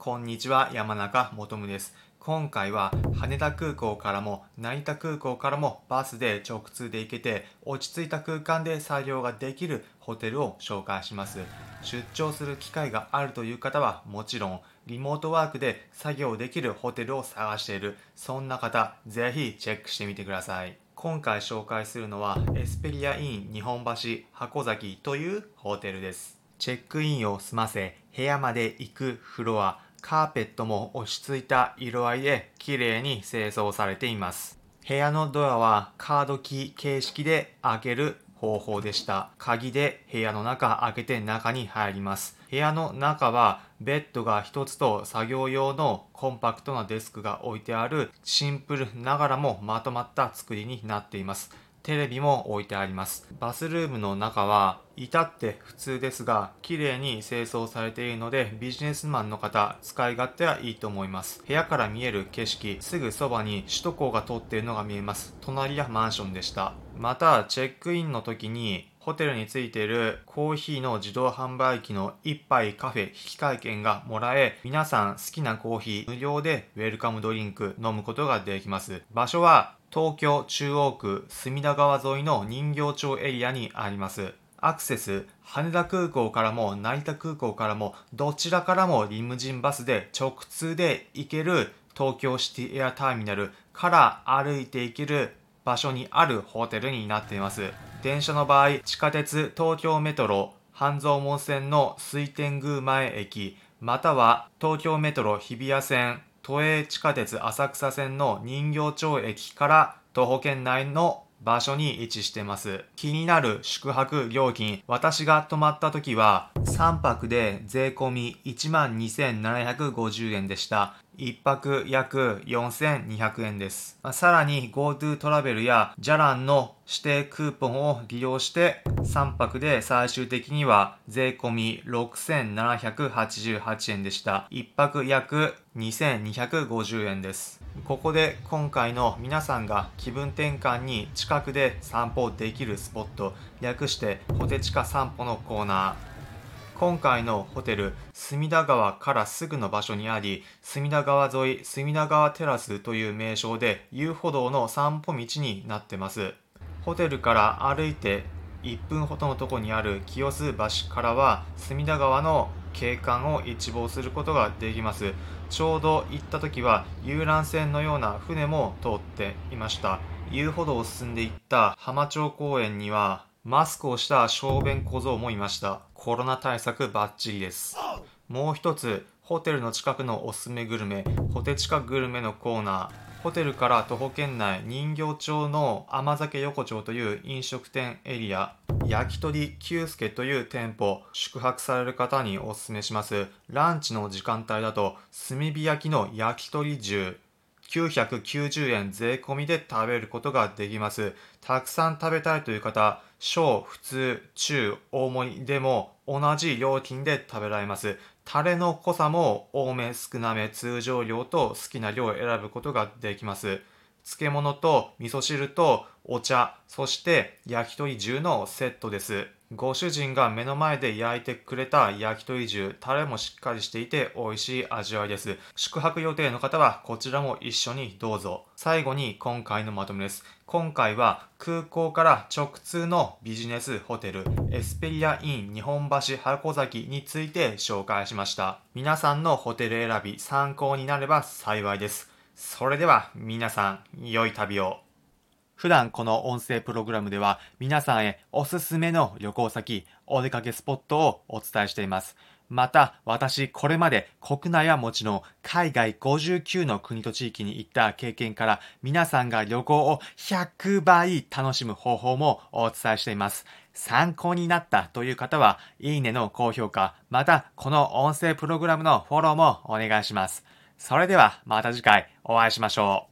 こんにちは、山中もとむです。今回は羽田空港からも成田空港からもバスで直通で行けて落ち着いた空間で作業ができるホテルを紹介します。出張する機会があるという方はもちろん、リモートワークで作業できるホテルを探している、そんな方、ぜひチェックしてみてください。今回紹介するのはエスペリアイン日本橋箱崎というホテルです。チェックインを済ませ、部屋まで行くフロア、カーペットも落ち着いた色合いで綺麗に清掃されています。部屋のドアはカードキー形式で開ける方法でした。鍵で部屋の中開けて中に入ります。部屋の中はベッドが一つと作業用のコンパクトなデスクが置いてあるシンプルながらもまとまった作りになっています。テレビも置いてあります。バスルームの中は至って普通ですが綺麗に清掃されているのでビジネスマンの方使い勝手はいいと思います。部屋から見える景色、すぐそばに首都高が通っているのが見えます。隣はマンションでした。またチェックインの時にホテルについているコーヒーの自動販売機の一杯カフェ引換券がもらえ、皆さん好きなコーヒー無料でウェルカムドリンク飲むことができます。場所は東京中央区隅田川沿いの人形町エリアにあります。アクセス、羽田空港からも成田空港からもどちらからもリムジンバスで直通で行ける東京シティエアターミナルから歩いて行ける場所にあるホテルになっています。電車の場合、地下鉄東京メトロ半蔵門線の水天宮前駅、または東京メトロ日比谷線都営地下鉄浅草線の人形町駅から徒歩圏内の場所に位置しています。気になる宿泊料金、私が泊まった時は3泊で税込み 12,750 円でした。1泊約4200円です。さらに GoTo トラベルやジャランの指定クーポンを利用して3泊で最終的には税込み6788円でした。1泊約2250円です。ここで今回の皆さんが気分転換に近くで散歩できるスポット、略してホテチカ散歩のコーナー。今回のホテル、隅田川からすぐの場所にあり、隅田川沿い隅田川テラスという名称で遊歩道の散歩道になってます。ホテルから歩いて1分ほどのところにある清洲橋からは隅田川の景観を一望することができます。ちょうど行った時は遊覧船のような船も通っていました。遊歩道を進んでいった浜町公園にはマスクをした小便小僧もいました。コロナ対策バッチリです。もう一つ、ホテルの近くのおすすめグルメ、ホテチカグルメのコーナー。ホテルから徒歩圏内人形町の甘酒横丁という飲食店エリア、焼き鳥久助という店舗、宿泊される方におすすめします。ランチの時間帯だと炭火焼きの焼き鳥重990円税込みで食べることができます。たくさん食べたいという方、小、普通、中、大盛りでも同じ料金で食べられます。タレの濃さも多め少なめ通常量と好きな量を選ぶことができます。漬物と味噌汁とお茶、そして焼き鳥重のセットです。ご主人が目の前で焼いてくれた焼き鳥重、タレもしっかりしていて美味しい味わいです。宿泊予定の方はこちらも一緒にどうぞ。最後に今回のまとめです。今回は空港から直通のビジネスホテルエスペリアイン日本橋箱崎について紹介しました。皆さんのホテル選び参考になれば幸いです。それでは皆さん良い旅を。普段この音声プログラムでは皆さんへおすすめの旅行先、お出かけスポットをお伝えしています。また私これまで国内はもちろん海外59の国と地域に行った経験から皆さんが旅行を100倍楽しむ方法もお伝えしています。参考になったという方はいいねの高評価、またこの音声プログラムのフォローもお願いします。それではまた次回お会いしましょう。